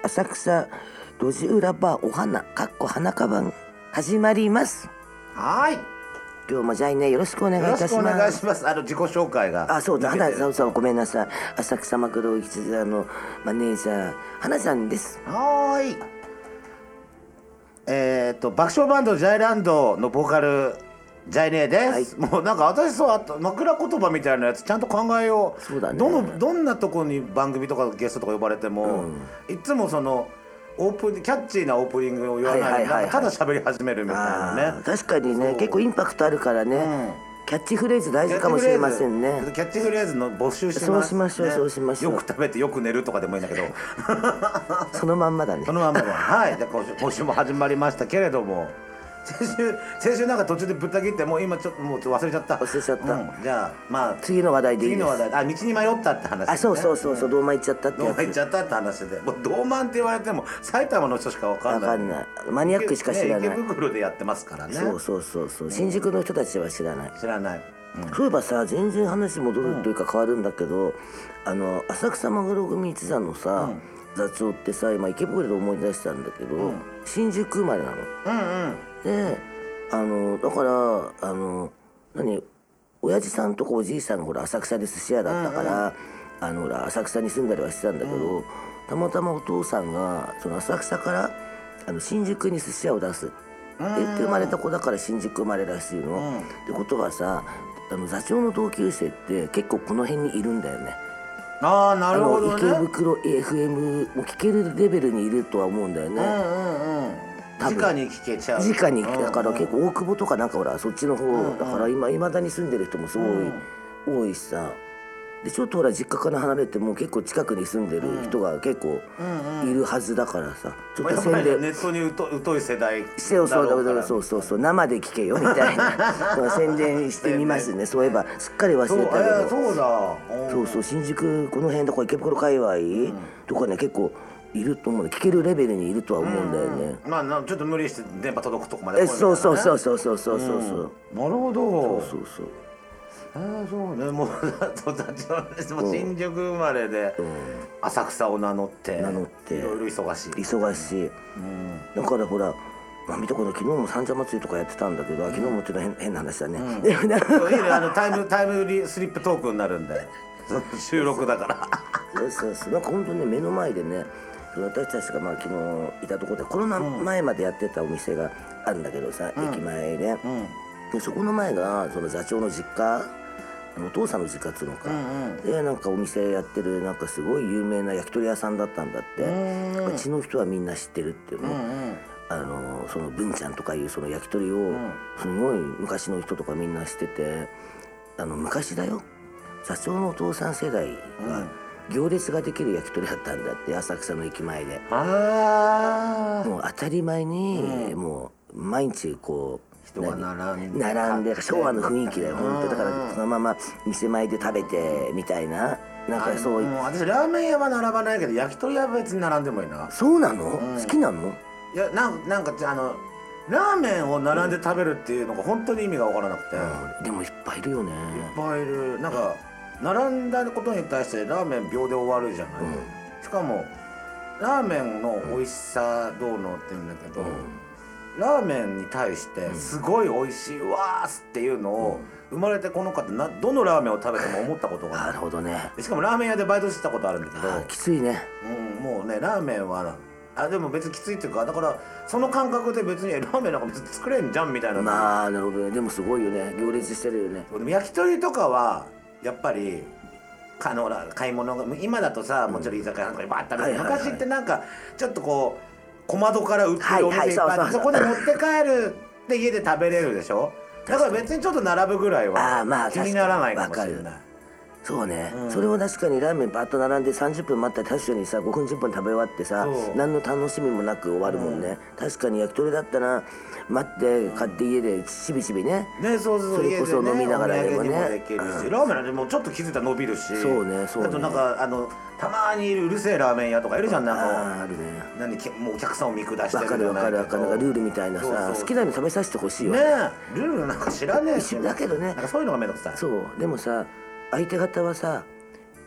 浅草路地裏バーお花花かばん始まります。 はい、 今日もじゃあねよろしくお願いいたします。 よろしくお願いします。自己紹介がそうだ、そうごめんなさい。浅草マクロ一座のマネージャー花ちゃんです。 はい。爆笑バンドジャイランドのボーカルジャイネーです、はい、もうなんか私枕言葉みたいなやつちゃんと考えよう。 そうだね。 どんなとこに番組とかゲストとか呼ばれても、いつもそのキャッチーなオープニングを言わないで、ただ喋り始めるみたいなね。 確かにね、結構インパクトあるからね、キャッチフレーズ大事かもしれませんね。 キャッチフレーズの募集してます。 そうしましょう、そうしましょう。 よく食べてよく寝るとかでもいいんだけどそのまんまだね。 そのまんまではい。じゃあ今週も始まりましたけれども、先週なんか途中でぶった切ってもう今ちょっと忘れちゃった。じゃあ次の話題でいいです。 道に迷ったって話、ね、 そう道満行っちゃったってやつ。 道満行っちゃったって話で、もう道満って言われても埼玉の人しか分かんない。 マニアックしか知らない。 池袋でやってますからね。 そう新宿の人たちは知らない。そういえばさ、全然話戻るというか変わるんだけど、浅草マグロ組一座のさ、座長ってさ、今池袋で思い出したんだけど、新宿生まれなの。でだから親父さんとかおじいさんがほら浅草で寿司屋だったから、ほら浅草に住んだりはしてたんだけど、たまたまお父さんがその浅草から新宿に寿司屋を出すって言って生まれた子だから新宿生まれらしいの。ってことはさ、座長の同級生って結構この辺にいるんだよね。 なるほどね。 池袋 FM も聞けるレベルにいるとは思うんだよね。 直に聞けちゃう。 直にだから結構大久保とかなんかほらそっちの方だから今未だに住んでる人もすごい多いしさ。でちょっとほら実家から離れても結構近くに住んでる人が結構いるはずだからさ、 ちょっと宣伝ネットに疎い世代だろうから、 そう生で聞けよみたいな宣伝してみますね。そういえばすっかり忘れたけど、そう新宿この辺とか池袋界隈とかね結構いると思うね。聞けるレベルにいるとは思うんだよね。 ちょっと無理して電波届くとこまで。 そう。 なるほど。そうね。もう新宿生まれで浅草を名乗っていろいろ忙しい。だからほら見たこと昨日も三茶祭りとかやってたんだけど、昨日もちょっと変な話だね。いいね、 タイムスリップトークになるんで収録だからそうなんか本当ね目の前でね、私たちが昨日いたところでコロナ前までやってたお店があるんだけどさ、駅前で、でそこの前がその座長の実家、お父さんの実家っつうのか、でなんかお店やってるなんかすごい有名な焼き鳥屋さんだったんだって。うちの人はみんな知ってるっていうの、その文ちゃんとかいうその焼き鳥をすごい昔の人とかみんな知ってて、昔だよ、座長のお父さん世代が行列ができる焼き鳥だったんだって、浅草の駅前で。もう当たり前に、もう毎日こう人が並んで昭和の雰囲気だよ本当。だからそのまま店前で食べてみたいな、なんかそういう。 私ラーメン屋は並ばないけど焼き鳥屋は別に並んでもいいな。 そうなの？好きなの？ いやなんかラーメンを並んで食べるっていうのが本当に意味が分からなくて。 でもいっぱいいるよね。 いっぱいいる。なんか並んだことに対してラーメン秒で終わるじゃない、しかもラーメンの美味しさどうのって言うんだけど、ラーメンに対してすごい美味しいわーっていうのを生まれてこの方どのラーメンを食べても思ったことがない。 なるほどね。 しかもラーメン屋でバイトしてたことあるんだけど、 きついね。 もうねラーメンはでも別にきついっていうか、だからその感覚で別にラーメンなんか別に作れんじゃんみたいな。 なるほどね。でもすごいよね、行列してるよね。 でも焼き鳥とかはやっぱり買い物が今だとさ、もちろん居酒屋とかにバーッとあるけど、昔ってなんかちょっとこう小窓から売ってるお店いっぱいあって、そこで持って帰るって家で食べれるでしょ。だから別にちょっと並ぶぐらいは気にならないかもしれない。 そうね、それを確かにラーメンバッと並んで30分待ったら確かにさ5分10分食べ終わってさ、何の楽しみもなく終わるもんね。確かに焼き鳥だったら待って買って家でしびしびね、それこそ飲みながらでもね。 ラーメンなんてもうちょっと気づいたら伸びるし。 そうね。 あとなんかたまにいるうるせえラーメン屋とかいるじゃん。なんかあるね。 もうお客さんを見下してる。 わかるなんかルールみたいなさ、好きなの食べさせてほしいよね。 ルールなんか知らねえし。 だけどね、 なんかそういうのがめんどくさい。 そうでもさ、相手方はさ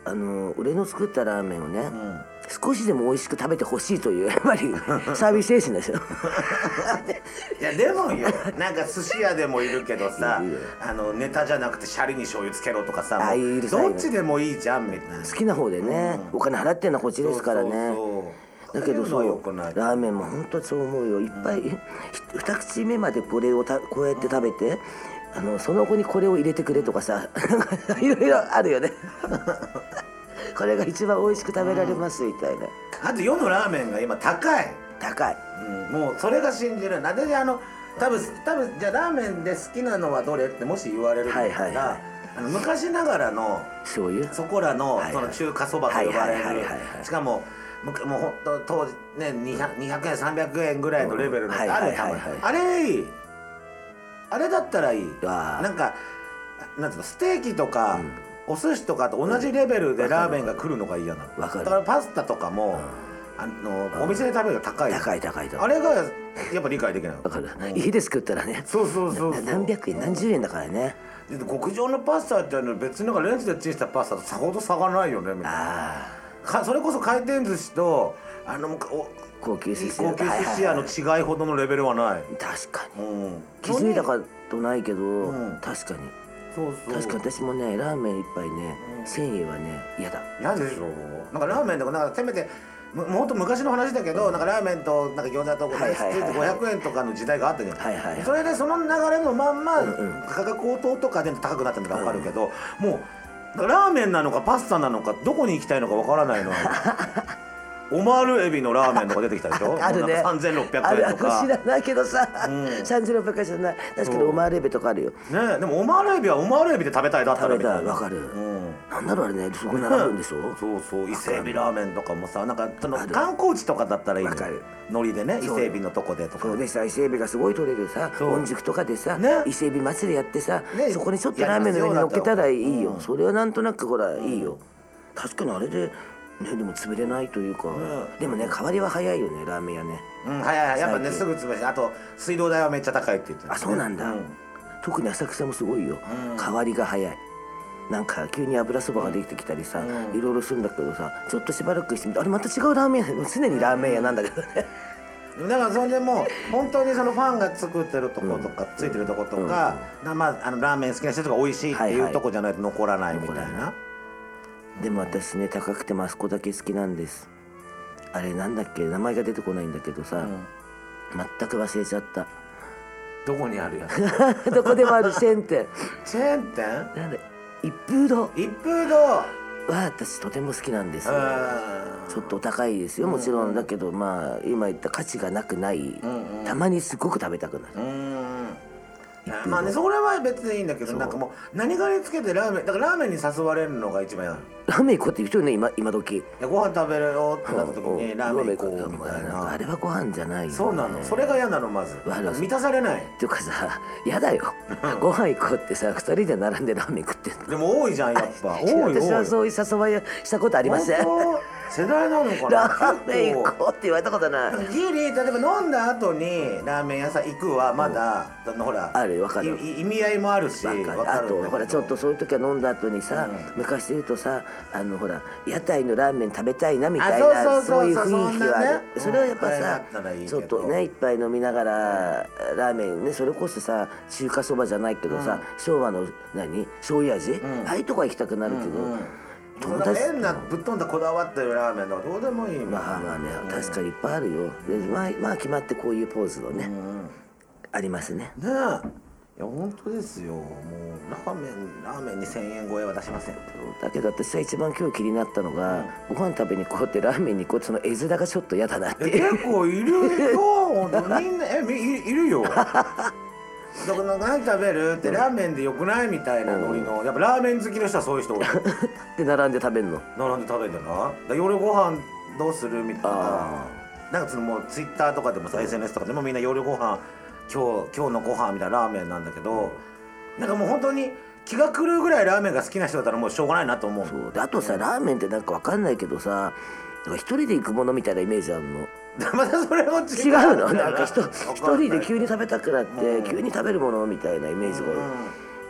俺の作ったラーメンをね、少しでも美味しく食べてほしいというやっぱりサービス精神ですよいやでもよ、なんか寿司屋でもいるけどさネタじゃなくてシャリに醤油つけろとかさ、どっちでもいいじゃんみたいな。 好きな方でね、お金払ってんのはこっちですからね。だけどそうラーメンも本当そう思うよ。いっぱい二口目までこれをこうやって食べて、その後にこれを入れてくれとかさいろいろあるよねこれが一番美味しく食べられますみたいな。 あと世のラーメンが今高い、もうそれが信じられない。で多分じゃあラーメンで好きなのはどれってもし言われるんだったら、昔ながらの醤油そこらのその中華そばと呼ばれる、しかももう本当当時ね200円300円ぐらいのレベルのある、あれいい、あれだったらいい。なんかなんていうの、ステーキとか、お寿司とかと同じレベルでラーメンが来るのが嫌なの。だからパスタとかもお店で食べるの高い、あれがやっぱ理解できない。 分かる、家で作ったらね、何百円何十円だからね。 極上のパスタって別になんかレンジでチンしたパスタとさほど差がないよねみたいな。それこそ回転寿司と高級寿司屋の違いほどのレベルはない。 確かに、気づいたことないけど、確かに確かに私もねラーメン一杯ね1000円はね嫌だ。 嫌でしょ。なんかラーメンとかなんかせめてもうほんと昔の話だけど、なんかラーメンとなんか餃子とか500円とかの時代があったじゃん。それでその流れのまんま価格高騰とかで高くなってるのか分かるけど、もうラーメンなのかパスタなのかどこに行きたいのか分からないのオマールエビのラーメンとか出てきたでしょあるね、 3600円とか。 知らないけどさ、3600円じゃない。確かにオマールエビとかあるよね。でもオマールエビはオマールエビで食べたいだったらみたいな。 分かる、なんだろうあれね、そこに並ぶんでしょ。 伊勢エビラーメンとかもさ、なんかその観光地とかだったらいいの。海苔でね、伊勢エビのとこでとか。 そうでさ、伊勢エビがすごい取れるさ、御宿とかでさ、伊勢エビ祭りやってさ、そこにちょっとラーメンの上に乗っけたらいいよ。それはなんとなくほらいいよ。確かにあれでね、でも潰れないというか、でもね変わりは早いよねラーメン屋ね。早い、やっぱねすぐ潰れて、あと水道代はめっちゃ高いって言って。そうなんだ。特に浅草もすごいよ、変わりが早い。なんか急に油そばができてきたりさ、いろいろするんだけどさ、ちょっとしばらくしてみて、あれまた違うラーメン屋、常にラーメン屋なんだけどね。 だからそれでもう本当にそのファンが作ってるとことかついてるとことか、まあラーメン好きな人とか美味しいっていうとこじゃないと残らないみたいな。 でも私ね高くてもあそこだけ好きなんです。あれなんだっけ、名前が出てこないんだけどさ、全く忘れちゃった。 どこにあるやつどこでもあるチェーン店。 チェーン店なんだ、一風堂。 一風堂は私とても好きなんですよ。ちょっとお高いですよもちろんだけど、まあ今言った価値がなくない、たまにすごく食べたくなる。 まあね、それは別にいいんだけど、なんかもう何かにつけてラーメンだからラーメンに誘われるのが一番嫌なの。 ラーメン行こうって言う人よね今時。 ご飯食べるよってなった時にラーメン行こうみたいな。 あれはご飯じゃないよね。 そうなの、それが嫌なの。まず満たされないっていうかさ、嫌だよご飯行こうってさ2人で並んでラーメン食ってんの。 でも多いじゃんやっぱ。 私はそういう誘われしたことありません。 世代なのかな。 ラーメン行こうって言われたことない。 ギリ例えば飲んだ後にラーメン屋さん行くはまだほらある、分かる、 意味合いもあるし、 あとほらちょっとそういう時は飲んだ後にさ、昔で言うとさほら屋台のラーメン食べたいなみたいな、そういう雰囲気はある。それはやっぱさちょっとね一杯飲みながらラーメンね、それこそさ中華そばじゃないけどさ、昭和の醤油味、ああいうとこは行きたくなるけど、 変なぶっ飛んだこだわってるラーメンとかどうでもいい。 まあね、確かにいっぱいあるよ。でまあ決まってこういうポーズのね、ありますね。 ねえ、いや本当ですよ。もうラーメンに1000円超えは出しません。 だけど私は一番今日気になったのが、ご飯食べに行こうってラーメンに行こうってその絵面がちょっと嫌だなっていう。 結構いるよみんないるよ。だから何食べるってラーメンでよくないみたいなノリの、やっぱラーメン好きの人はそういう人多い。 で並んで食べるの。 並んで食べるんだな。夜ご飯どうするみたいな。なんかそのもうツイッターとかでもさ SNS とかでもみんな夜ご飯今日のご飯みたいなラーメンなんだけど、なんかもう本当に気が狂うぐらいラーメンが好きな人だったらもうしょうがないなと思う。 そうで、あとさラーメンってなんかわかんないけどさ、一人で行くものみたいなイメージあるの。 またそれも違うの。なんか一人で急に食べたくなって急に食べるものみたいなイメージが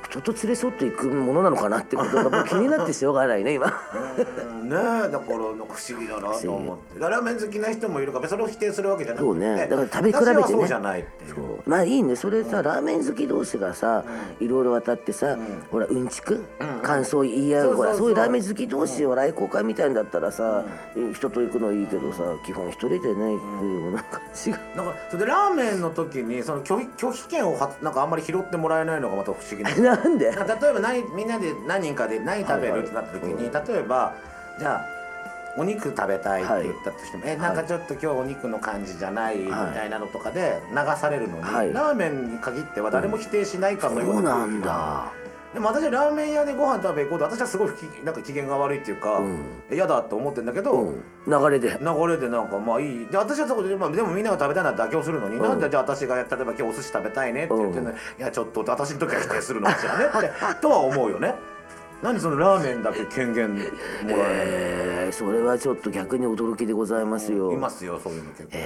人と連れ添っていくものなのかなってことがもう気になってしょうがないね今ねえ、だからなんか不思議だなと思って。ラーメン好きな人もいるからそれを否定するわけじゃなくて、 そうね、だから食べ比べてね、 そうじゃないっていう。 まあいいね、それさ、ラーメン好き同士がさ、いろいろ渡ってさ、ほらうんちく、感想言い合う、ほらそういうラーメン好き同士を来交会みたいんだったらさ、人と行くのいいけどさ、基本一人でね行くような感じが。 なんかそれでラーメンの時にその拒否権をなんかあんまり拾ってもらえないのがまた不思議な。 なんで？ 例えばみんなで何人かで何食べるってなった時に、例えばじゃあお肉食べたいって言ったとしても、なんかちょっと今日お肉の感じじゃないみたいなのとかで流されるのに、ラーメンに限っては誰も否定しないかのような。 そうなんだ。 でも私はラーメン屋でご飯食べ行こうと、私はすごいなんか機嫌が悪いっていうか、嫌だと思ってんだけど、 流れでなんかまあいいで、私はそこで、でもみんなが食べたいなら妥協するのに、なんでじゃあ私が例えば今日お寿司食べたいねって言ってね、いやちょっと私の時は否定するのかしらねってとは思うよね。何そのラーメンだけ権限もらえない。 それはちょっと逆に驚きでございますよ。 いますよそういうの結構。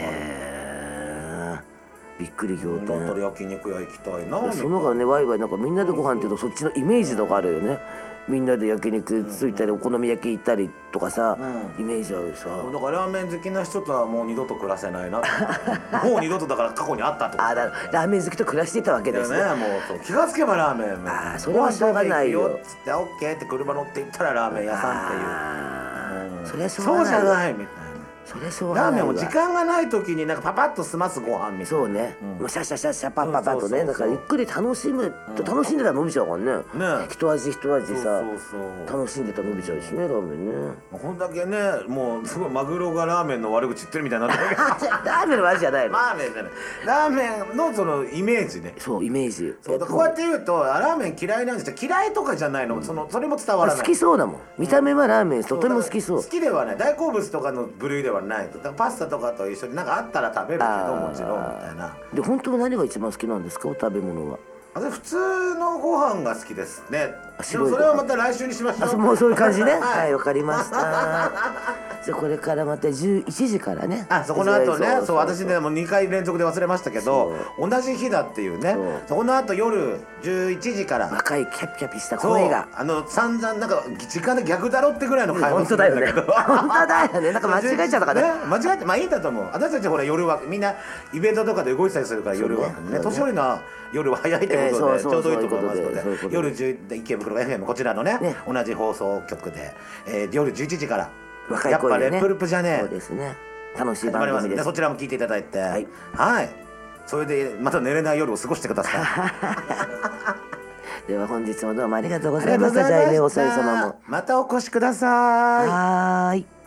びっくり仰天。 だったら焼肉屋行きたいな。 そのがね、ワイワイなんかみんなでご飯っていうとそっちのイメージとかあるよね。みんなで焼肉ついたりお好み焼き行ったりとかさ、イメージあるさ。 だからラーメン好きな人とはもう二度と暮らせないなもう二度とだから過去にあったってことだ。 ラーメン好きと暮らしていたわけですね。 もう気がつけばラーメン。 それはしょうがないよ。 つってオッケーって車乗って行ったらラーメン屋さんっていう。 それはしょうがない。 そうじゃないみたいな。ラーメンも時間がない時になんかパパッと済ますご飯みたいな。 そうね、シャシャシャシャパッパッパッとね、だからゆっくり楽しんでたら伸びちゃうからね。一味一味さ楽しんでたら伸びちゃうしね、ラーメンね。 こんだけね、もうすごいマグロがラーメンの悪口言ってるみたいになってるけどラーメンの悪口じゃないの。 ラーメンじゃない、ラーメンのそのイメージね。 そうイメージ。 こうやって言うとラーメン嫌いなんですよ。嫌いとかじゃないの、それも伝わらない。 好きそうだもん、見た目はラーメンとても好きそう。 好きではない、大好物とかの部類ではない。パスタとかと一緒になんかあったら食べるけどもちろんみたいな。 で本当は何が一番好きなんですか、お食べ物は。 普通のご飯が好きですね。でもそれはまた来週にしましょう。 もうそういう感じね。はい、わかりました。じゃあこれからまた11時からね。 そこの後ね、そう私ねもう2回連続で忘れましたけど、同じ日だっていうね。そこの後夜11時から若いキャピキャピした声が、 散々なんか時間で逆だろってぐらいの会話するんだけど、本当だよね。なんか間違えちゃったからね。 間違えてまあいいんだと思う。私たちほら夜はみんなイベントとかで動いてたりするから、夜はね年寄りの夜は早いってことでちょうどいいと思いますので、夜10で池袋 FM こちらのね同じ放送局で夜11時からやっぱレップルプじゃねえ。 そうですね、楽しい番組です。 そちらも聞いていただいて、はい、それでまた寝れない夜を過ごしてください。では本日もどうもありがとうございました。じゃあね、おさゆ様もまたお越しください。 はい。